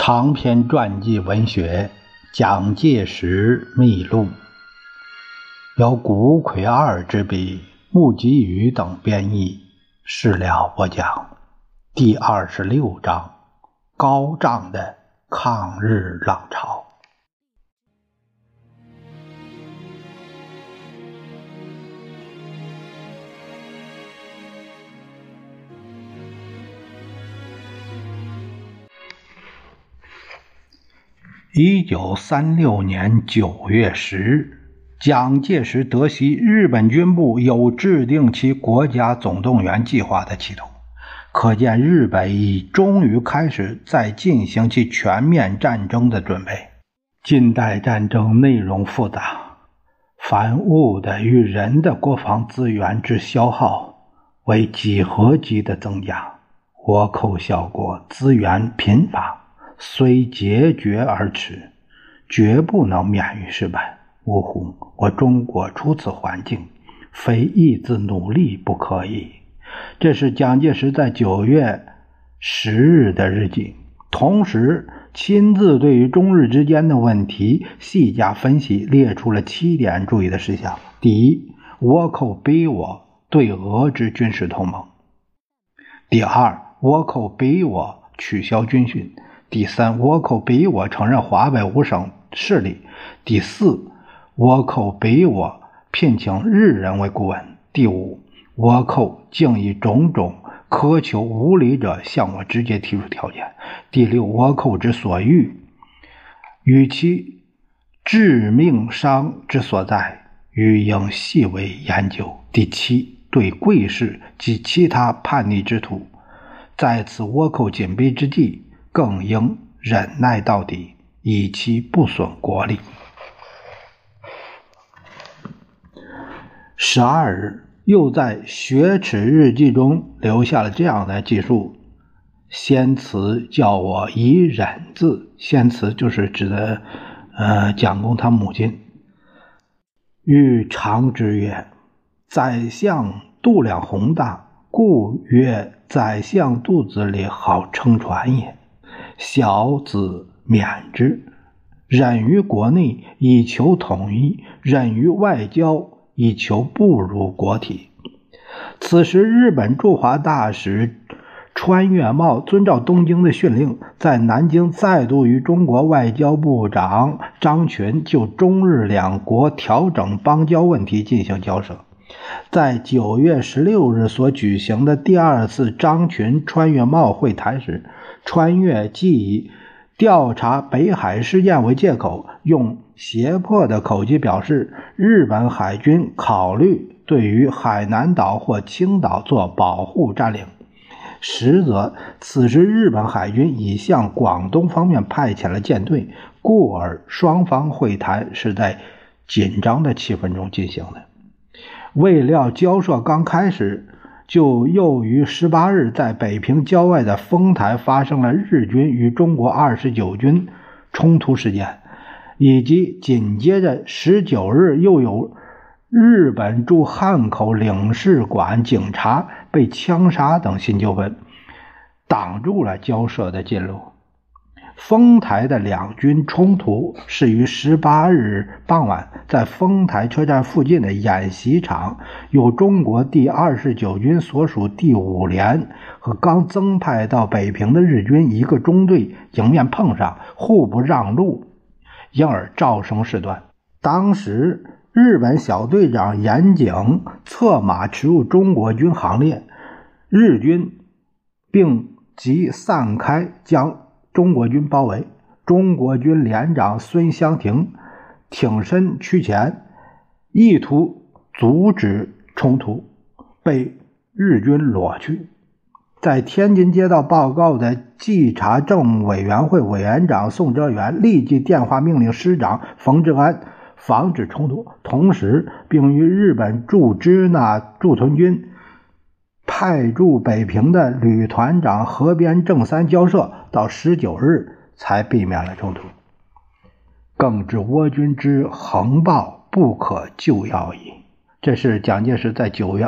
长篇传记文学《蒋介石秘录》，由谷葵二之笔，穆吉宇等编译，事了播讲。第26章：高涨的抗日浪潮。1936年9月10日，蒋介石得悉日本军部有制定其国家总动员计划的企图，可见日本已终于开始在进行其全面战争的准备。近代战争内容复杂，凡物的与人的国防资源之消耗为几何级的增加，倭寇小国资源贫乏，虽节决而驰，绝不能免于失败。呜呼，我中国处此环境，非一自努力不可以。这是蒋介石在9月10日的日记，同时亲自对于中日之间的问题细加分析，列出了7点注意的事项。第一，倭寇逼我对俄之军事同盟。第二，倭寇逼我取消军训。第三，倭寇逼我承认华北5省势力。第四，倭寇逼我聘请日人为顾问。第五，倭寇竟以种种苛求无理者向我直接提出条件。第六，倭寇之所欲，与其致命伤之所在，予应细微研究。第七，对贵士及其他叛逆之徒，在此倭寇紧逼之际，更应忍耐到底，以其不损国力。12日，又在雪耻日记中留下了这样的记述：先慈叫我以忍字，先慈就是指的蒋公他母亲。欲长之曰：宰相度量宏大，故曰宰相肚子里好撑船也。小子免之，忍于国内以求统一，忍于外交以求不辱国体。此时日本驻华大使川越茂遵照东京的训令，在南京再度与中国外交部长张群就中日两国调整邦交问题进行交涉。在9月16日所举行的第二次张群川越茂会谈时，川越既以调查北海事件为借口，用胁迫的口气表示日本海军考虑对于海南岛或青岛做保护占领。实则此时日本海军已向广东方面派遣了舰队，故而双方会谈是在紧张的气氛中进行的。未料交涉刚开始，就又于18日在北平郊外的丰台发生了日军与中国29军冲突事件，以及紧接着19日又有日本驻汉口领事馆警察被枪杀等新纠纷，挡住了交涉的进路。丰台的两军冲突是于18日傍晚在丰台车站附近的演习场，由中国第29军所属第5联和刚增派到北平的日军一个中队迎面碰上，互不让路，因而噪声事断。当时日本小队长岩井策马驰入中国军行列，日军并即散开将中国军包围。中国军连长孙湘亭挺身趋前，意图阻止冲突，被日军裸去。在天津接到报告的稽查政委员会委员长宋哲元立即电话命令师长冯治安防止冲突，同时并与日本驻支那驻屯军派驻北平的旅团长河边正三交涉，到19日才避免了冲突。更知倭军之横暴不可救药矣。这是蒋介石在9月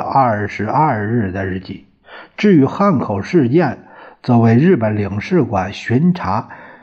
22日的日记。至于汉口事件，则为日本领事馆巡查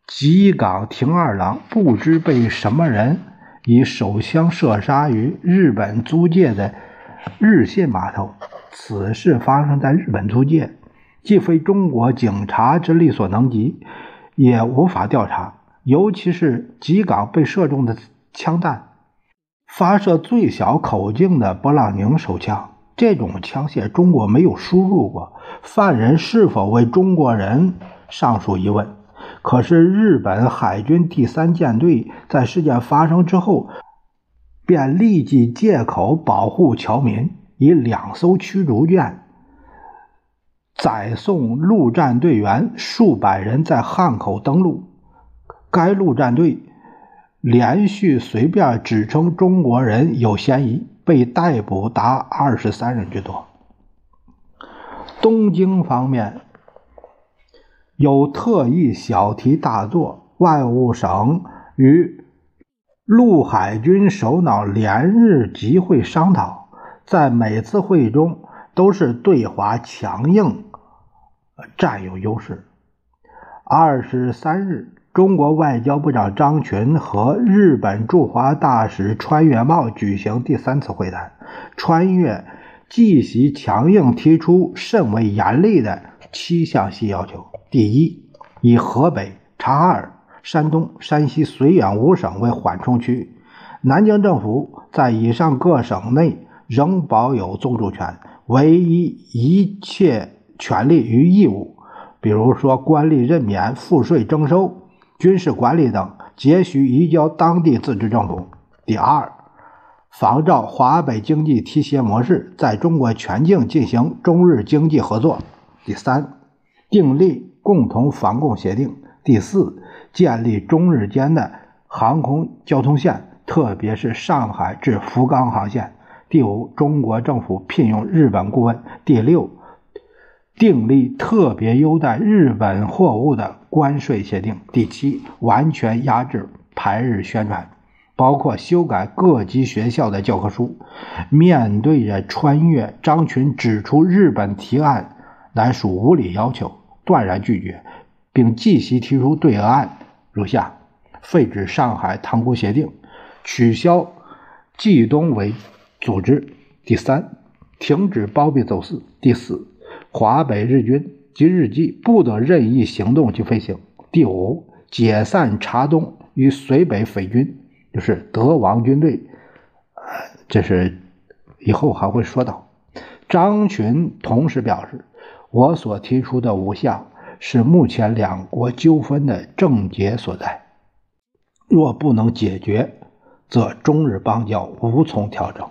吉冈庭二郎不知被什么人以手枪射杀于日本租界的日信码头。此事发生在日本租界，既非中国警察之力所能及，也无法调查。尤其是吉冈被射中的枪弹发射最小口径的勃朗宁手枪，这种枪械中国没有输入过，犯人是否为中国人尚属疑问。可是日本海军第3舰队在事件发生之后便立即借口保护侨民，以2艘驱逐舰载送陆战队员数百人在汉口登陆。该陆战队连续随便指称中国人有嫌疑，被逮捕达23人之多。东京方面有特意小题大做，外务省与陆海军首脑连日集会商讨，在每次会议中都是对华强硬，占有优势。23日，中国外交部长张群和日本驻华大使川越茂举行第3次会谈。川越继续强硬提出甚为严厉的7项细要求。第一，以河北、察哈尔、山东、山西绥远5省为缓冲区，南京政府在以上各省内仍保有宗主权，唯一切权利与义务，比如说官吏任免、赋税征收、军事管理等，皆须移交当地自治政府。第二，仿照华北经济提携模式，在中国全境进行中日经济合作。第三，订立共同防共协定。第四，建立中日间的航空交通线，特别是上海至福冈航线。第五，中国政府聘用日本顾问。第六，订立特别优待日本货物的关税协定。第七，完全压制排日宣传，包括修改各级学校的教科书。面对着川越，张群指出日本提案乃属无理要求，断然拒绝，并继续提出对俄案如下：废止上海塘沽协定，取消冀东为组织。第三，停止包庇走私。第四，华北日军及日机不得任意行动及飞行。第五，解散察东与绥北匪军，就是德王军队。这是以后还会说到。张群同时表示，我所提出的5项是目前两国纠纷的症结所在，若不能解决，则中日邦交无从调整。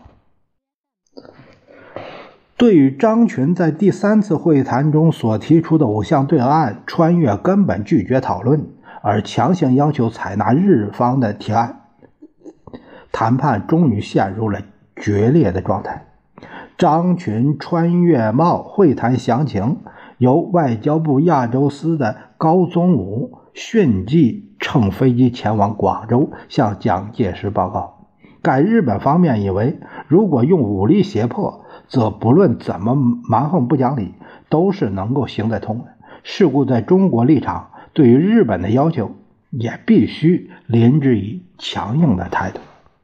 对于张群在第3次会谈中所提出的5项对俄案，川越根本拒绝讨论，而强行要求采纳日方的提案，谈判终于陷入了决裂的状态。张群、川越茂会谈详情由外交部亚洲司的高宗武迅即乘飞机前往广州，向蒋介石报告。该日本方面以为，如果用武力胁迫，则不论怎么蛮横不讲理，都是能够行得通的。是故在中国立场，对于日本的要求，也必须临之以强硬的态度。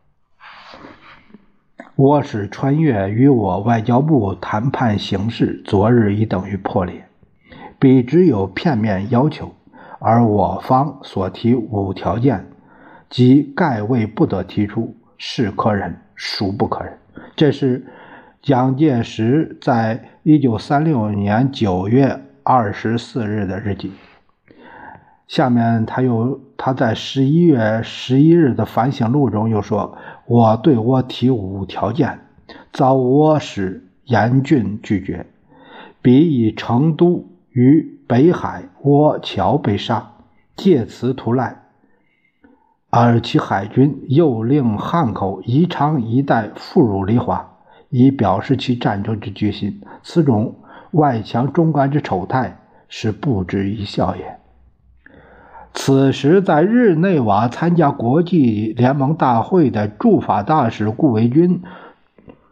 我使川越与我外交部谈判形势昨日已等于破裂，彼只有片面要求，而我方所提5条件，即盖位不得提出，是可忍，孰不可忍。这是蒋介石在1936年9月24日的日记。下面他在11月11日的反省录中又说，我对我提5条件，遭我使严峻拒绝，彼以成都于北海倭侨被杀，借此图赖，而其海军又令汉口、宜昌一带附属黎华，以表示其战争之决心。此种外强中干之丑态，是不值一笑也。此时在日内瓦参加国际联盟大会的驻法大使顾维钧、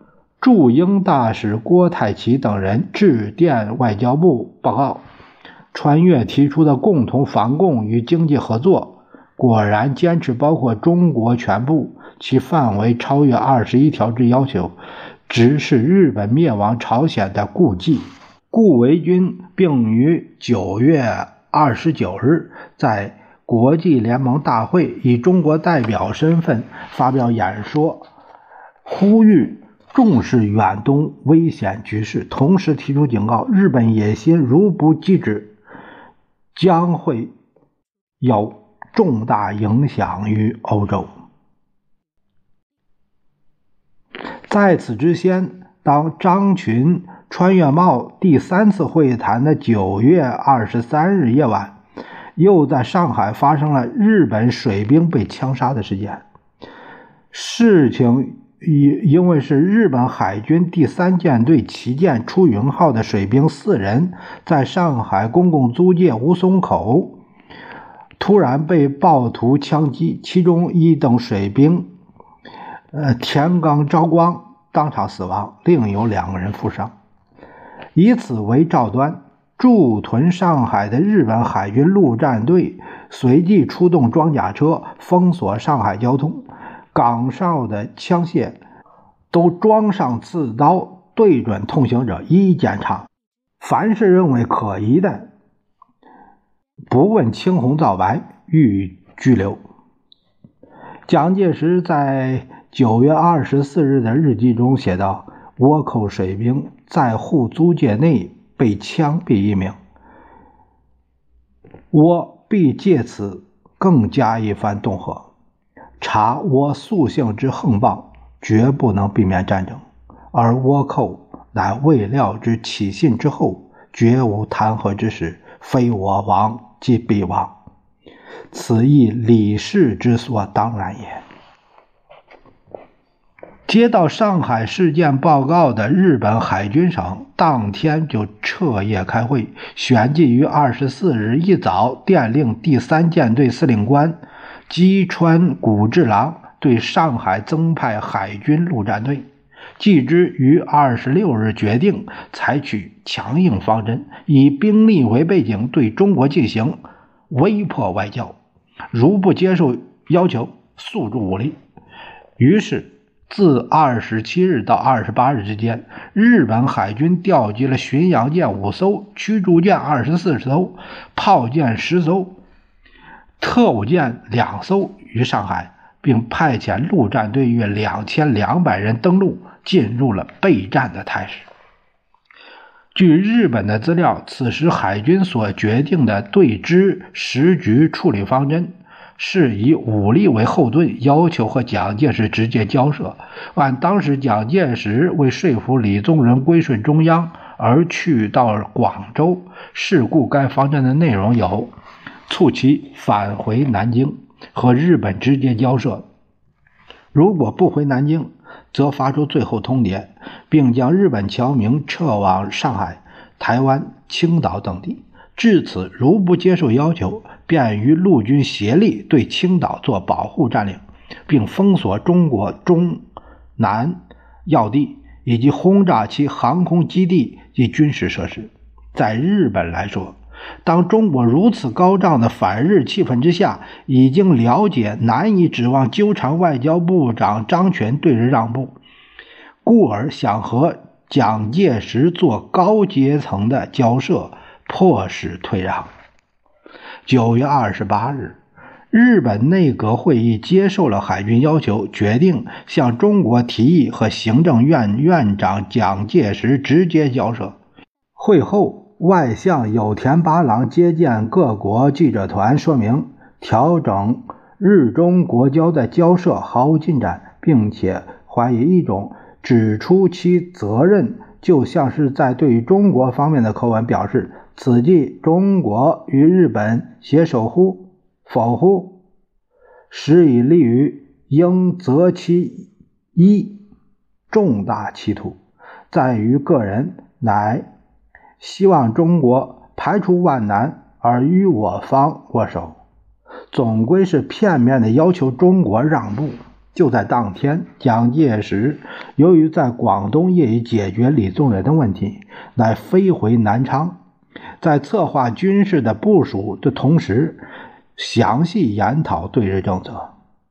驻英大使郭泰祺等人致电外交部报告， 川粤提出的共同防共与经济合作，果然坚持包括中国全部，其范围超越21条之要求，直是日本灭亡朝鲜的故伎。顾维钧并于9月29日在国际联盟大会以中国代表身份发表演说，呼吁重视远东危险局势，同时提出警告，日本野心如不击止，将会有重大影响于欧洲。在此之前，当张群、川越茂第3次会谈的9月23日夜晚，又在上海发生了日本水兵被枪杀的事件。事情因为是日本海军第3舰队旗舰出云号的水兵4人在上海公共租界吴淞口突然被暴徒枪击，其中一等水兵田冈昭光当场死亡，另有2个人负伤。以此为兆端，驻屯上海的日本海军陆战队随即出动装甲车封锁上海交通，岗哨的枪械都装上刺刀，对准通行者一一检查，凡是认为可疑的不问青红皂白予以拘留。蒋介石在9月24日的日记中写道，倭寇水兵在沪租界内被枪毙1名，我必借此更加一番恫吓，查我素性之横暴，绝不能避免战争，而倭寇乃未料之起信之后，绝无弹劾之时，非我亡即必亡，此亦理事之所当然也。接到上海事件报告的日本海军省当天就彻夜开会，旋即于24日一早电令第3舰队司令官基川古治郎对上海增派海军陆战队，继之于26日决定采取强硬方针，以兵力为背景对中国进行威迫外交，如不接受要求，诉诸武力。于是自27日到28日之间，日本海军调集了巡洋舰5艘、驱逐舰24艘、炮舰10艘、特务舰2艘于上海，并派遣陆战队约2200人登陆，进入了备战的态势。据日本的资料，此时海军所决定的对支时局处理方针是以武力为后盾，要求和蒋介石直接交涉。按当时蒋介石为说服李宗仁归顺中央而去到广州，是故该方针的内容有促其返回南京，和日本直接交涉，如果不回南京，则发出最后通牒，并将日本侨民撤往上海、台湾、青岛等地。至此，如不接受要求，便与陆军协力对青岛做保护占领，并封锁中国中南要地，以及轰炸其航空基地及军事设施。在日本来说，当中国如此高涨的反日气氛之下，已经了解难以指望纠缠外交部长张群对日让步，故而想和蒋介石做高阶层的交涉，迫使退让。9月28日，日本内阁会议接受了海军要求，决定向中国提议和行政院院长蒋介石直接交涉。会后，外相有田八郎接见各国记者团，说明调整日中国交的交涉毫无进展，并且怀疑一种指出其责任，就像是在对于中国方面的口吻表示，此即中国与日本携手乎否乎，实以利于应择其一，重大企图在于个人，乃希望中国排除万难而与我方握手，总归是片面的要求中国让步。就在当天，蒋介石由于在广东业已解决李宗仁的问题，乃飞回南昌， 在策划军事的部署的同时，详细研讨对日政策。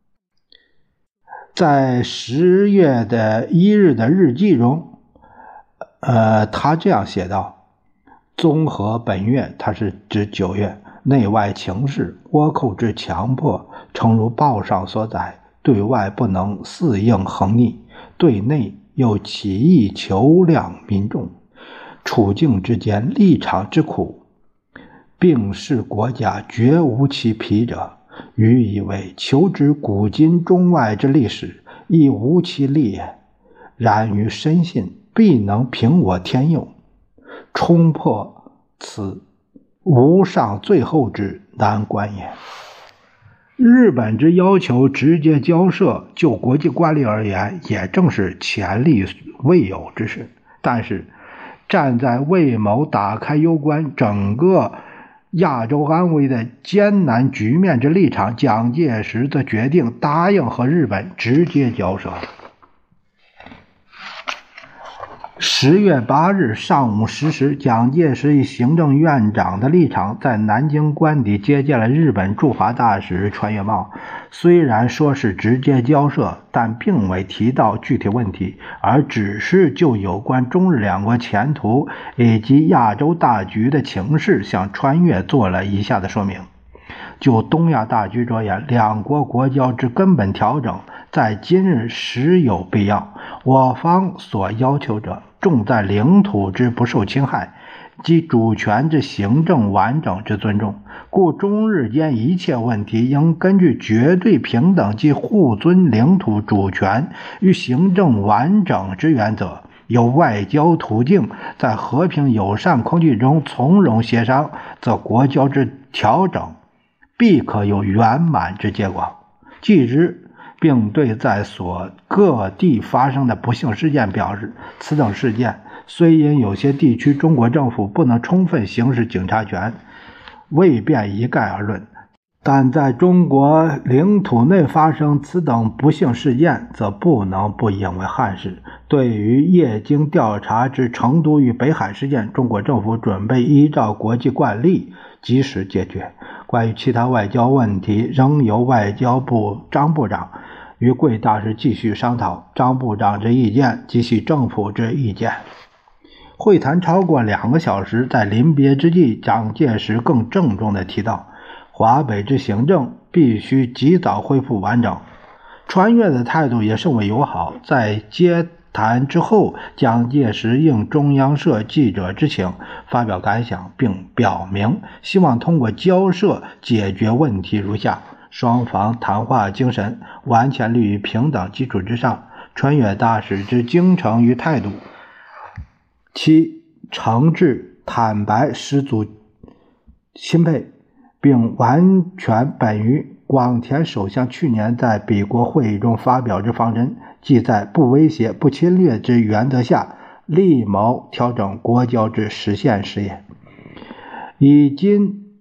在10月1日的日记中，他这样写道：综合本月，他是指9月，内外情势，倭寇之强迫，诚如报上所载，对外不能肆应横逆，对内又起义求量民众，处境之间，立场之苦，并使国家绝无其匹者。予以为求知古今中外之历史，亦无其利也。然于深信必能凭我天佑，冲破此无上最后之难关也。日本之要求直接交涉，就国际惯例而言，也正是前例未有之事。但是站在为谋打开攸关整个亚洲安危的艰难局面之立场，蒋介石则决定答应和日本直接交涉。10月8日上午10时，蒋介石以行政院长的立场在南京官邸接见了日本驻华大使川越茂。虽然说是直接交涉，但并未提到具体问题，而只是就有关中日两国前途以及亚洲大局的情势向川越做了以下的说明。就东亚大局着言，两国国交之根本调整在今日实有必要。我方所要求者，重在领土之不受侵害及主权之行政完整之尊重，故中日间一切问题应根据绝对平等及互尊领土主权与行政完整之原则，有外交途径在和平友善空气中从容协商，则国交之调整必可有圆满之结果。继之，并对在所各地发生的不幸事件表示，此等事件虽因有些地区中国政府不能充分行使警察权，未便一概而论，但在中国领土内发生此等不幸事件，则不能不引为憾事。对于业经调查之成都与北海事件，中国政府准备依照国际惯例及时解决。关于其他外交问题，仍由外交部张部长与贵大使继续商讨，张部长之意见及其政府之意见。会谈超过2个小时，在临别之际，蒋介石更郑重地提到，华北之行政必须及早恢复完整。川越的态度也甚为友好。在接谈之后，蒋介石应中央社记者之请发表感想，并表明希望通过交涉解决问题如下：双方谈话精神完全立于平等基础之上，川越大使之精诚与态度，其诚挚坦白十足钦佩，并完全本于广田首相去年在彼国会议中发表之方针，即在不威胁不侵略之原则下，力谋调整国交之实现事业。以今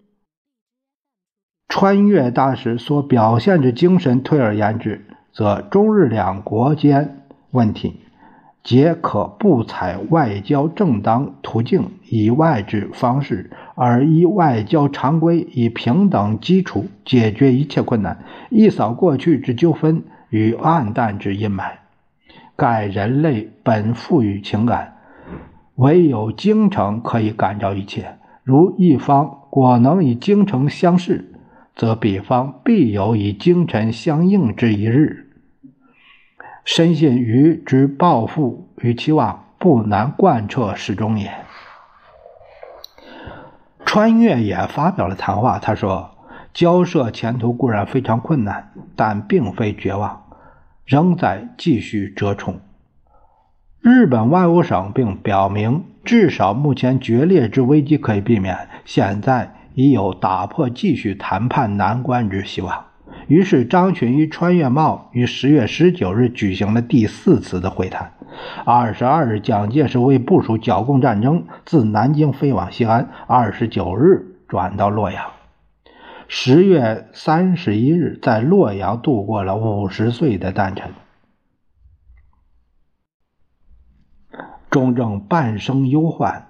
川越大使所表现之精神推而言之，则中日两国间问题皆可不采外交正当途径以外之方式，而依外交常规以平等基础解决一切困难，一扫过去之纠纷与暗淡之阴霾。盖人类本富于情感，唯有精诚可以感召一切。如一方果能以精诚相视，则彼方必有以精诚相应之一日。深信于之抱负与期望，不难贯彻始终也。川越也发表了谈话，他说，交涉前途固然非常困难，但并非绝望，仍在继续折冲。日本外务省并表明，至少目前决裂之危机可以避免，现在已有打破继续谈判难关之希望。于是张群与川越茂于10月19日举行了第4次的会谈。22日，蒋介石为部署剿共战争，自南京飞往西安，29日转到洛阳。10月31日，在洛阳度过了50岁的诞辰。中正半生忧患，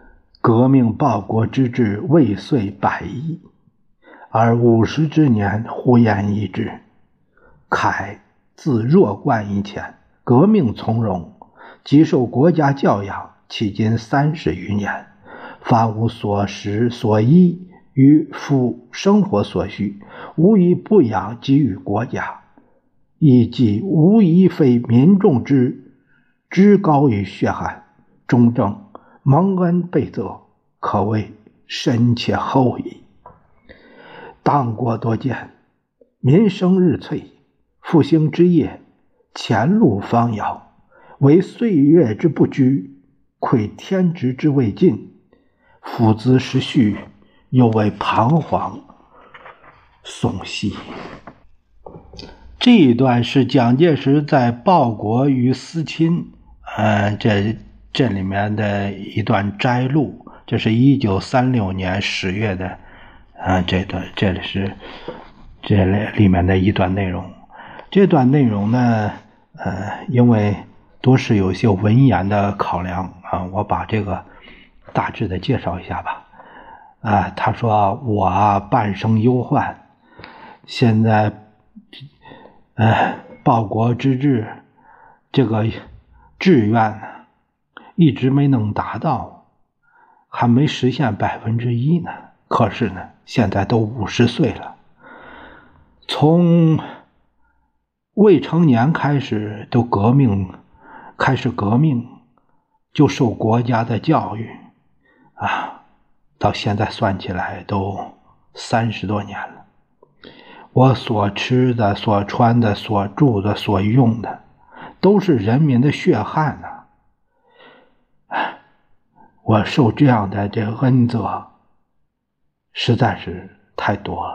革命报国之志未遂百亿，而50之年忽焉一之。慨自弱冠以前，革命从容，即受国家教养，迄今30余年，凡无所食所衣与夫生活所需，无一不养给予国家，亦即无一非民众之高于血汗，忠正蒙恩备泽，可谓深切厚矣。当国多艰，民生日璀，复兴之业，前路方遥，惟岁月之不居，愧天职之未尽，父子时序，又为彷徨悚兮。这一段是蒋介石在报国于思亲这里面的一段摘录，这是1936年10月的这里面的一段内容。这段内容呢因为都是有一些文言的考量我把这个大致的介绍一下吧。他说我半生忧患，现在报国之志这个志愿一直没能达到，还没实现1%呢。可是呢，现在都50岁了，从未成年开始开始革命，就受国家的教育到现在算起来都30多年了。我所吃的、所穿的、所住的、所用的，都是人民的血汗我受这样的这个恩泽实在是太多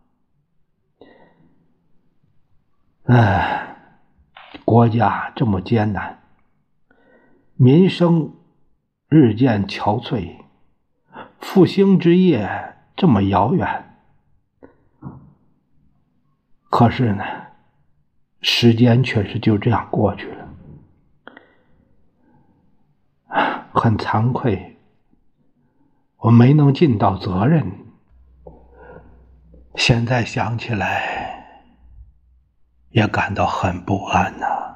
了。国家这么艰难，民生日渐憔悴，复兴之业这么遥远，可是呢，时间确实就这样过去了。很惭愧，我没能尽到责任。现在想起来也感到很不安